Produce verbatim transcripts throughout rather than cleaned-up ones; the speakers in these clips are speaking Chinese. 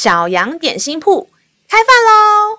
小羊点心铺开饭喽！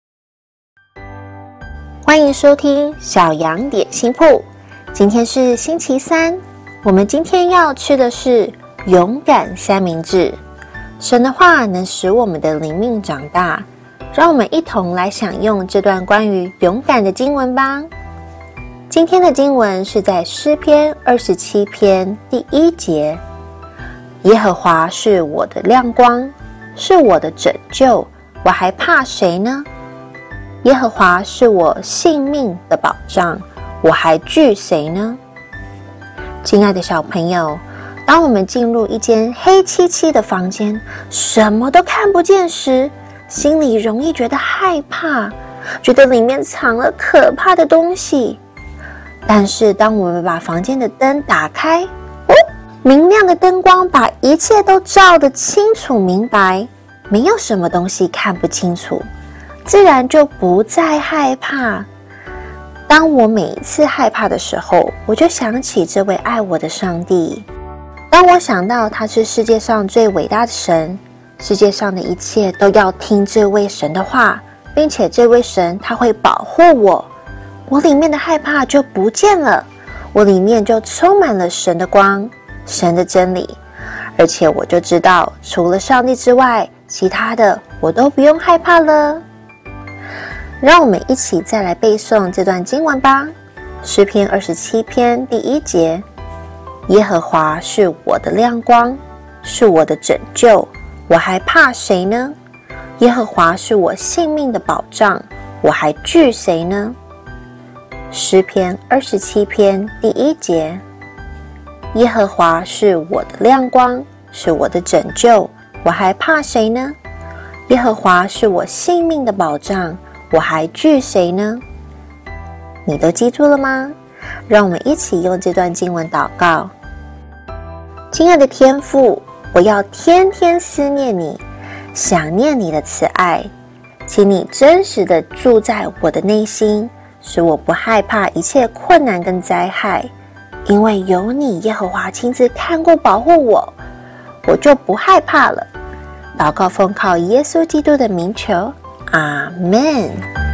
欢迎收听小羊点心铺。今天是星期三，我们今天要吃的是勇敢三明治。神的话能使我们的灵命长大，让我们一同来享用这段关于勇敢的经文吧。今天的经文是在诗篇二十七篇第一节，耶和华是我的亮光，是我的拯救，我还怕谁呢？耶和华是我性命的保障，我还惧谁呢？亲爱的小朋友，当我们进入一间黑漆漆的房间，什么都看不见时，心里容易觉得害怕，觉得里面藏了可怕的东西。但是当我们把房间的灯打开，哦，明亮的灯光把一切都照得清楚明白，没有什么东西看不清楚，自然就不再害怕。当我每一次害怕的时候，我就想起这位爱我的上帝。当我想到他是世界上最伟大的神，世界上的一切都要听这位神的话，并且这位神他会保护我，我里面的害怕就不见了，我里面就充满了神的光，神的真理，而且我就知道除了上帝之外，其他的我都不用害怕了。让我们一起再来背诵这段经文吧。诗篇二十七篇第一节，耶和华是我的亮光，是我的拯救，我还怕谁呢？耶和华是我性命的保障，我还惧谁呢？诗篇二十七篇第一节，耶和华是我的亮光，是我的拯救，我还怕谁呢？耶和华是我性命的保障，我还惧谁呢？你都记住了吗？让我们一起用这段经文祷告。亲爱的天父，我要天天思念你，想念你的慈爱，请你真实的住在我的内心，使我不害怕一切困难跟灾害，因为有你耶和华亲自看顾保护我，我就不害怕了。祷告奉靠耶稣基督的名求，阿们。